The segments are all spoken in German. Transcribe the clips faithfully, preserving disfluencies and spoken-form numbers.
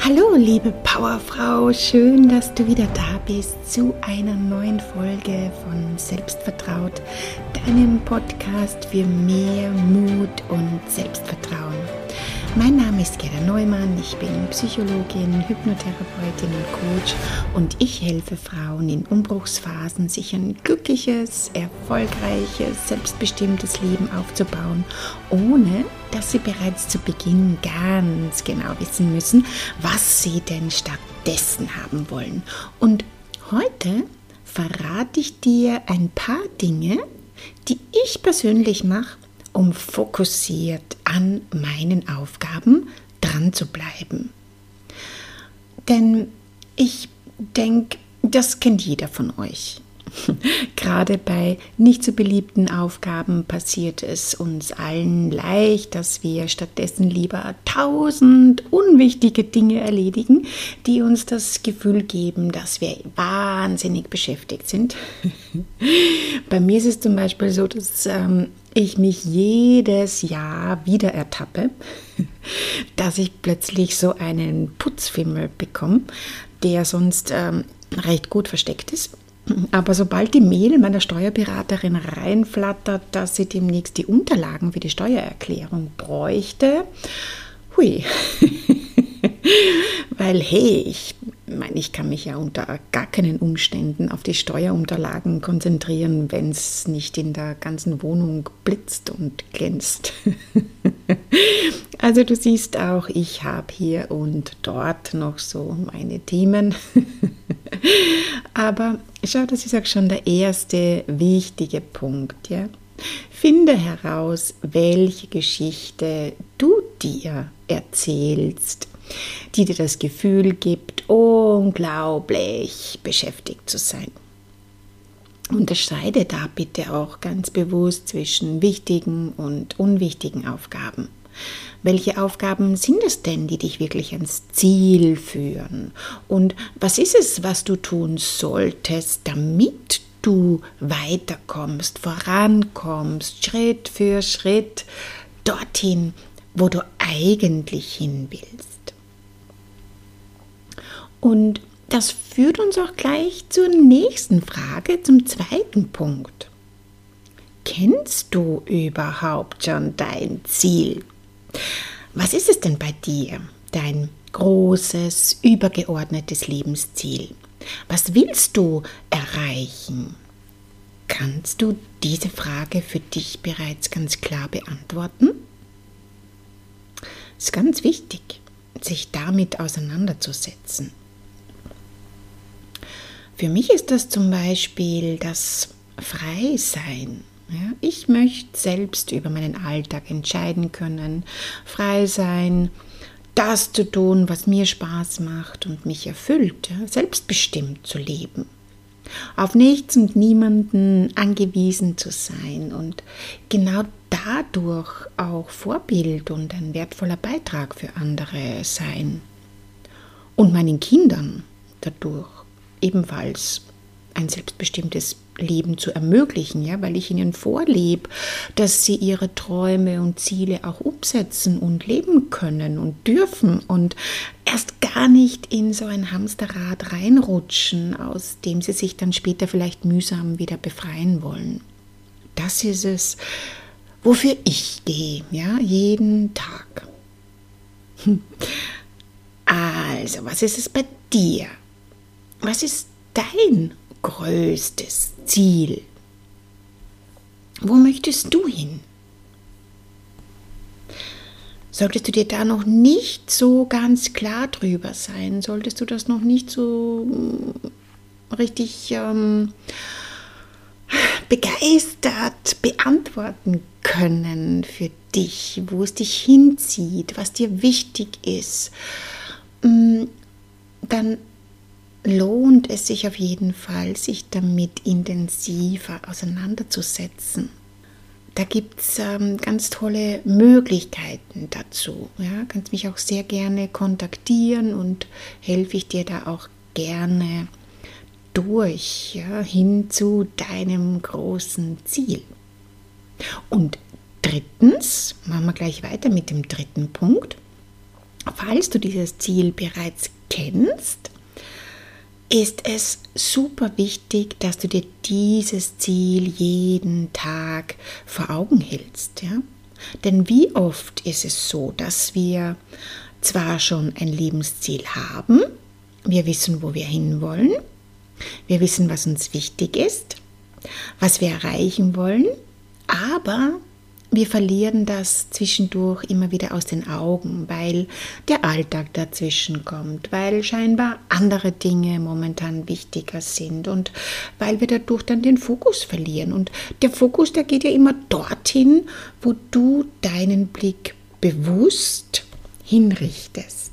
Hallo liebe Powerfrau, schön, dass du wieder da bist zu einer neuen Folge von Selbstvertraut, deinem Podcast für mehr Mut und Selbstvertrauen. Mein Name ist Gerda Neumann, ich bin Psychologin, Hypnotherapeutin und Coach und ich helfe Frauen in Umbruchsphasen, sich ein glückliches, erfolgreiches, selbstbestimmtes Leben aufzubauen, ohne dass sie bereits zu Beginn ganz genau wissen müssen, was sie denn stattdessen haben wollen. Und heute verrate ich dir ein paar Dinge, die ich persönlich mache, um fokussiert an meinen Aufgaben dran zu bleiben. Denn ich denke, das kennt jeder von euch. Gerade bei nicht so beliebten Aufgaben passiert es uns allen leicht, dass wir stattdessen lieber tausend unwichtige Dinge erledigen, die uns das Gefühl geben, dass wir wahnsinnig beschäftigt sind. Bei mir ist es zum Beispiel so, dass ähm, ich mich jedes Jahr wieder ertappe, dass ich plötzlich so einen Putzfimmel bekomme, der sonst ähm, recht gut versteckt ist. Aber sobald die Mail meiner Steuerberaterin reinflattert, dass sie demnächst die Unterlagen für die Steuererklärung bräuchte, hui, weil hey, ich meine, ich kann mich ja unter gar keinen Umständen auf die Steuerunterlagen konzentrieren, wenn es nicht in der ganzen Wohnung blitzt und glänzt. Also du siehst auch, ich habe hier und dort noch so meine Themen. Aber schau, das ist auch schon der erste wichtige Punkt. Ja? Finde heraus, welche Geschichte du dir erzählst, die dir das Gefühl gibt, unglaublich beschäftigt zu sein. Unterscheide da bitte auch ganz bewusst zwischen wichtigen und unwichtigen Aufgaben. Welche Aufgaben sind es denn, die dich wirklich ans Ziel führen? Und was ist es, was du tun solltest, damit du weiterkommst, vorankommst, Schritt für Schritt dorthin, wo du eigentlich hin willst? Und das führt uns auch gleich zur nächsten Frage, zum zweiten Punkt. Kennst du überhaupt schon dein Ziel? Was ist es denn bei dir, dein großes, übergeordnetes Lebensziel? Was willst du erreichen? Kannst du diese Frage für dich bereits ganz klar beantworten? Es ist ganz wichtig, sich damit auseinanderzusetzen. Für mich ist das zum Beispiel das Freisein. Ja, ich möchte selbst über meinen Alltag entscheiden können, frei sein, das zu tun, was mir Spaß macht und mich erfüllt, ja, selbstbestimmt zu leben. Auf nichts und niemanden angewiesen zu sein und genau dadurch auch Vorbild und ein wertvoller Beitrag für andere sein. Und meinen Kindern dadurch ebenfalls ein selbstbestimmtes Leben zu ermöglichen, ja, weil ich ihnen vorlebe, dass sie ihre Träume und Ziele auch umsetzen und leben können und dürfen und erst gar nicht in so ein Hamsterrad reinrutschen, aus dem sie sich dann später vielleicht mühsam wieder befreien wollen. Das ist es, wofür ich gehe, ja, jeden Tag. Also, was ist es bei dir? Was ist dein größtes Ziel? Wo möchtest du hin? Solltest du dir da noch nicht so ganz klar drüber sein, solltest du das noch nicht so richtig ähm, begeistert beantworten können für dich, wo es dich hinzieht, was dir wichtig ist, dann lohnt es sich auf jeden Fall, sich damit intensiver auseinanderzusetzen. Da gibt es ähm, ganz tolle Möglichkeiten dazu. Ja? Kannst mich auch sehr gerne kontaktieren und helfe ich dir da auch gerne durch, ja, hin zu deinem großen Ziel. Und drittens, machen wir gleich weiter mit dem dritten Punkt. falls du dieses Ziel bereits kennst, ist es super wichtig, dass du dir dieses Ziel jeden Tag vor Augen hältst. Ja? Denn wie oft ist es so, dass wir zwar schon ein Lebensziel haben, wir wissen, wo wir hinwollen, wir wissen, was uns wichtig ist, was wir erreichen wollen, aber wir verlieren das zwischendurch immer wieder aus den Augen, weil der Alltag dazwischen kommt, weil scheinbar andere Dinge momentan wichtiger sind und weil wir dadurch dann den Fokus verlieren. Und der Fokus, der geht ja immer dorthin, wo du deinen Blick bewusst hinrichtest.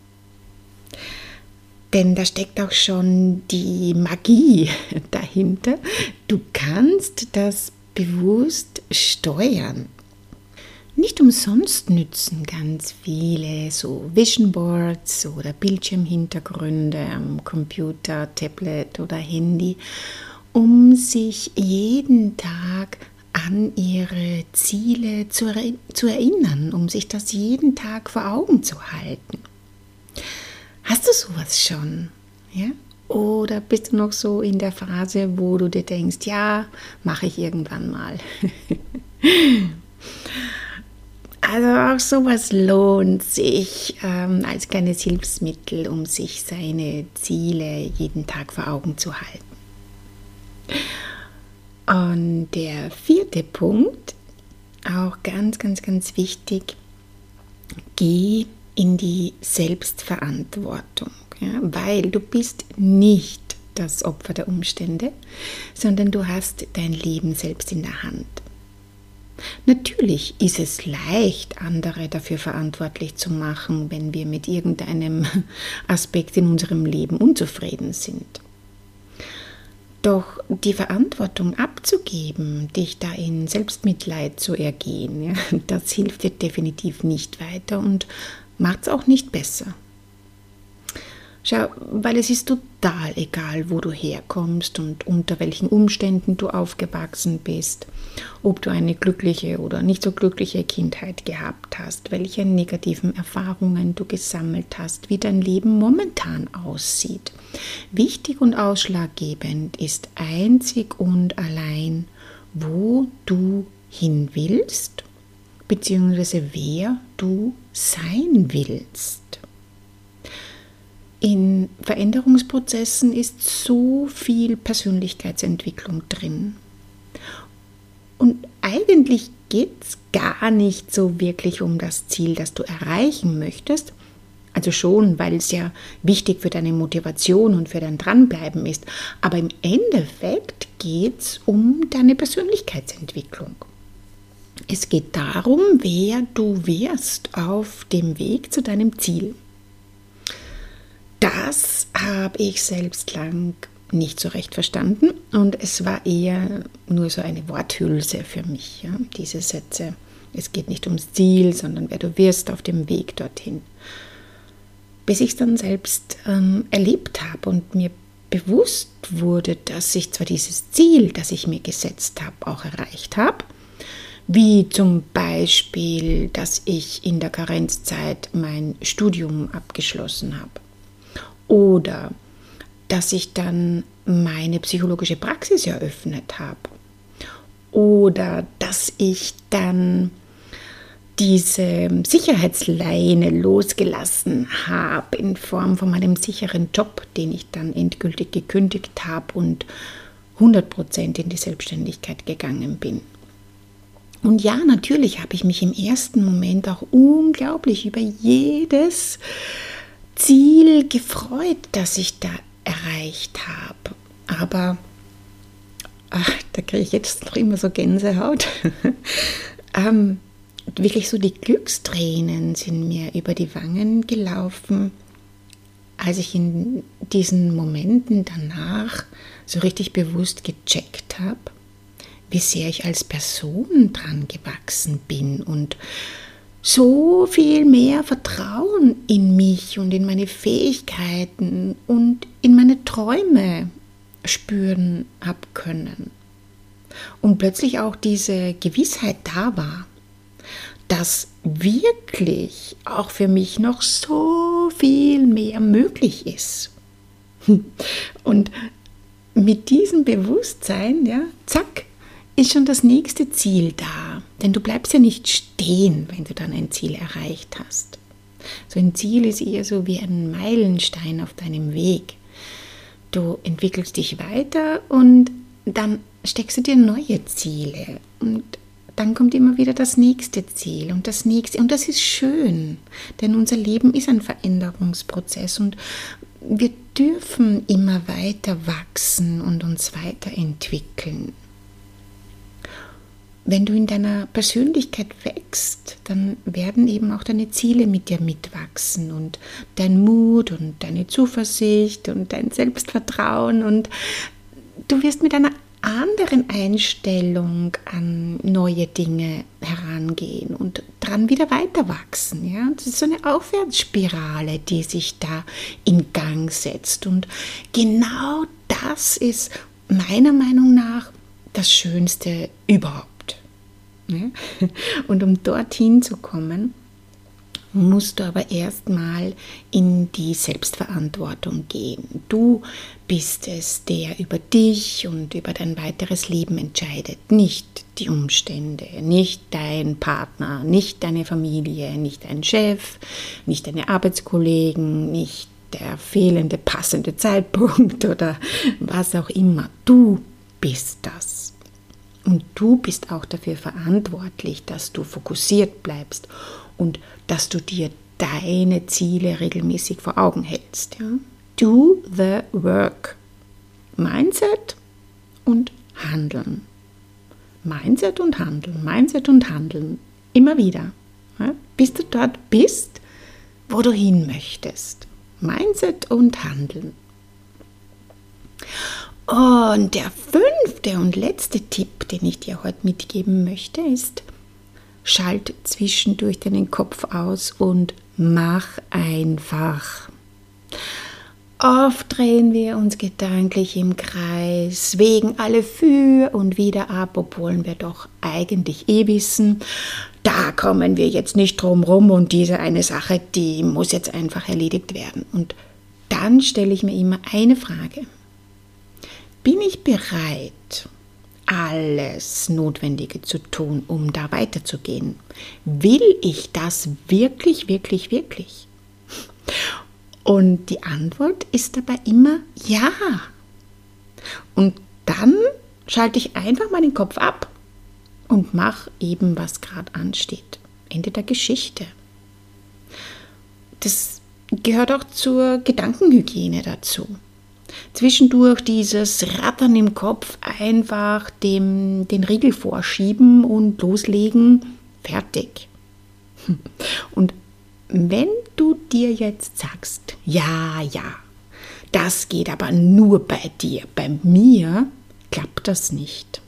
Denn da steckt auch schon die Magie dahinter. Du kannst das bewusst steuern. Nicht umsonst nützen ganz viele so Vision Boards oder Bildschirmhintergründe am Computer, Tablet oder Handy, um sich jeden Tag an ihre Ziele zu, er- zu erinnern, um sich das jeden Tag vor Augen zu halten. Hast du sowas schon? Ja? Oder bist du noch so in der Phase, wo du dir denkst, ja, mache ich irgendwann mal. Also auch sowas lohnt sich ähm, als kleines Hilfsmittel, um sich seine Ziele jeden Tag vor Augen zu halten. Und der vierte Punkt, auch ganz, ganz, ganz wichtig, geh in die Selbstverantwortung. Ja, weil du bist nicht das Opfer der Umstände, sondern du hast dein Leben selbst in der Hand. Natürlich ist es leicht, andere dafür verantwortlich zu machen, wenn wir mit irgendeinem Aspekt in unserem Leben unzufrieden sind. Doch die Verantwortung abzugeben, dich da in Selbstmitleid zu ergehen, ja, das hilft dir definitiv nicht weiter und macht es auch nicht besser. Schau, weil es ist total egal, wo du herkommst und unter welchen Umständen du aufgewachsen bist, ob du eine glückliche oder nicht so glückliche Kindheit gehabt hast, welche negativen Erfahrungen du gesammelt hast, wie dein Leben momentan aussieht. Wichtig und ausschlaggebend ist einzig und allein, wo du hin willst, beziehungsweise wer du sein willst. In Veränderungsprozessen ist so viel Persönlichkeitsentwicklung drin. Und eigentlich geht es gar nicht so wirklich um das Ziel, das du erreichen möchtest. Also schon, weil es ja wichtig für deine Motivation und für dein Dranbleiben ist. Aber im Endeffekt geht es um deine Persönlichkeitsentwicklung. Es geht darum, wer du wirst auf dem Weg zu deinem Ziel. Das habe ich selbst lang nicht so recht verstanden und es war eher nur so eine Worthülse für mich, ja, diese Sätze. Es geht nicht ums Ziel, sondern wer du wirst auf dem Weg dorthin. Bis ich es dann selbst ähm, erlebt habe und mir bewusst wurde, dass ich zwar dieses Ziel, das ich mir gesetzt habe, auch erreicht habe, wie zum Beispiel, dass ich in der Karenzzeit mein Studium abgeschlossen habe. Oder dass ich dann meine psychologische Praxis eröffnet habe. Oder dass ich dann diese Sicherheitsleine losgelassen habe in Form von meinem sicheren Job, den ich dann endgültig gekündigt habe und hundert Prozent in die Selbstständigkeit gegangen bin. Und ja, natürlich habe ich mich im ersten Moment auch unglaublich über jedes Ziel gefreut, das ich da erreicht habe. Aber ach, da kriege ich jetzt noch immer so Gänsehaut. ähm, wirklich so die Glückstränen sind mir über die Wangen gelaufen, als ich in diesen Momenten danach so richtig bewusst gecheckt habe, wie sehr ich als Person dran gewachsen bin und so viel mehr Vertrauen in mich und in meine Fähigkeiten und in meine Träume spüren habe können. Und plötzlich auch diese Gewissheit da war, dass wirklich auch für mich noch so viel mehr möglich ist. Und mit diesem Bewusstsein, ja, zack, ist schon das nächste Ziel da. Denn du bleibst ja nicht stehen, wenn du dann ein Ziel erreicht hast. So ein Ziel ist eher so wie ein Meilenstein auf deinem Weg. Du entwickelst dich weiter und dann steckst du dir neue Ziele. Und dann kommt immer wieder das nächste Ziel und das nächste. Und das ist schön, denn unser Leben ist ein Veränderungsprozess und wir dürfen immer weiter wachsen und uns weiterentwickeln. Wenn du in deiner Persönlichkeit wächst, dann werden eben auch deine Ziele mit dir mitwachsen und dein Mut und deine Zuversicht und dein Selbstvertrauen und du wirst mit einer anderen Einstellung an neue Dinge herangehen und dran wieder weiter wachsen. Ja? Das ist so eine Aufwärtsspirale, die sich da in Gang setzt. Und genau das ist meiner Meinung nach das Schönste überhaupt. Ja? Und um dorthin zu kommen, musst du aber erstmal in die Selbstverantwortung gehen. Du bist es, der über dich und über dein weiteres Leben entscheidet, nicht die Umstände, nicht dein Partner, nicht deine Familie, nicht dein Chef, nicht deine Arbeitskollegen, nicht der fehlende passende Zeitpunkt oder was auch immer. Du bist das. Und du bist auch dafür verantwortlich, dass du fokussiert bleibst und dass du dir deine Ziele regelmäßig vor Augen hältst. Ja? Do the work. Mindset und Handeln. Mindset und Handeln. Mindset und Handeln. Immer wieder. Ja? Bis du dort bist, wo du hin möchtest. Mindset und Handeln. Und der fünfte und letzte Tipp, den ich dir heute mitgeben möchte, ist: Schalt zwischendurch deinen Kopf aus und mach einfach. Oft drehen wir uns gedanklich im Kreis, wägen alle für und wieder ab, obwohl wir doch eigentlich eh wissen, da kommen wir jetzt nicht drum rum und diese eine Sache, die muss jetzt einfach erledigt werden. Und dann stelle ich mir immer eine Frage: Bin ich bereit, alles Notwendige zu tun, um da weiterzugehen? Will ich das wirklich, wirklich, wirklich? Und die Antwort ist dabei immer ja. Und dann schalte ich einfach meinen Kopf ab und mache eben, was gerade ansteht. Ende der Geschichte. Das gehört auch zur Gedankenhygiene dazu. Zwischendurch dieses Rattern im Kopf einfach dem, den Riegel vorschieben und loslegen, fertig. Und wenn du dir jetzt sagst, ja, ja, das geht aber nur bei dir, bei mir klappt das nicht,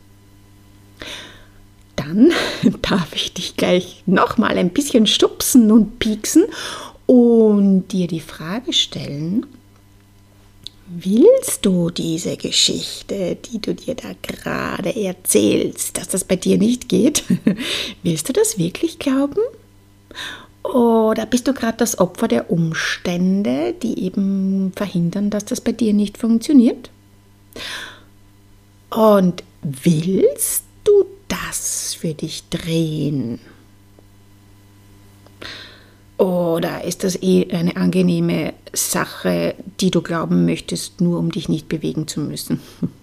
dann darf ich dich gleich nochmal ein bisschen stupsen und pieksen und dir die Frage stellen: Willst du diese Geschichte, die du dir da gerade erzählst, dass das bei dir nicht geht, willst du das wirklich glauben? Oder bist du gerade das Opfer der Umstände, die eben verhindern, dass das bei dir nicht funktioniert? Und willst du das für dich drehen? Oder ist das eh eine angenehme Sache, die du glauben möchtest, nur um dich nicht bewegen zu müssen?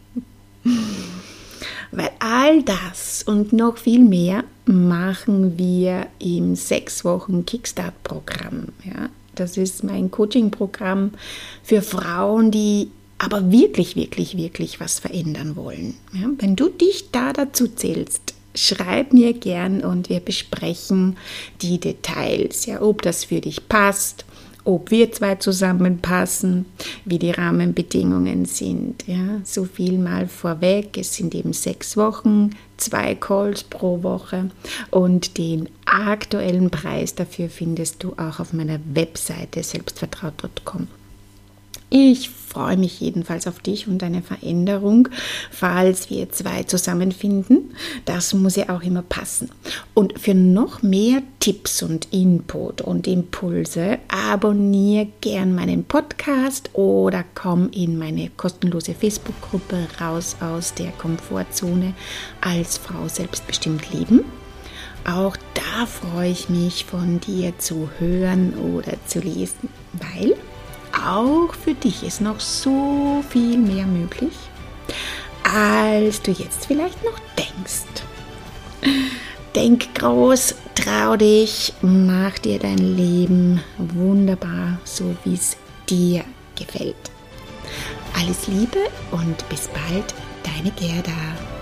Weil all das und noch viel mehr machen wir im sechs Wochen Kickstart-Programm. Ja? Das ist mein Coaching-Programm für Frauen, die aber wirklich, wirklich, wirklich was verändern wollen. Ja? Wenn du dich da dazu zählst, schreib mir gern und wir besprechen die Details, ja, ob das für dich passt, ob wir zwei zusammenpassen, wie die Rahmenbedingungen sind. Ja. So viel mal vorweg, es sind eben sechs Wochen, zwei Calls pro Woche und den aktuellen Preis dafür findest du auch auf meiner Webseite selbstvertraut punkt com. Ich freue mich jedenfalls auf dich und deine Veränderung, falls wir zwei zusammenfinden. Das muss ja auch immer passen. Und für noch mehr Tipps und Input und Impulse abonniere gern meinen Podcast oder komm in meine kostenlose Facebook-Gruppe Raus aus der Komfortzone als Frau selbstbestimmt leben. Auch da freue ich mich, von dir zu hören oder zu lesen, weil auch für dich ist noch so viel mehr möglich, als du jetzt vielleicht noch denkst. Denk groß, trau dich, mach dir dein Leben wunderbar, so wie es dir gefällt. Alles Liebe und bis bald, deine Gerda.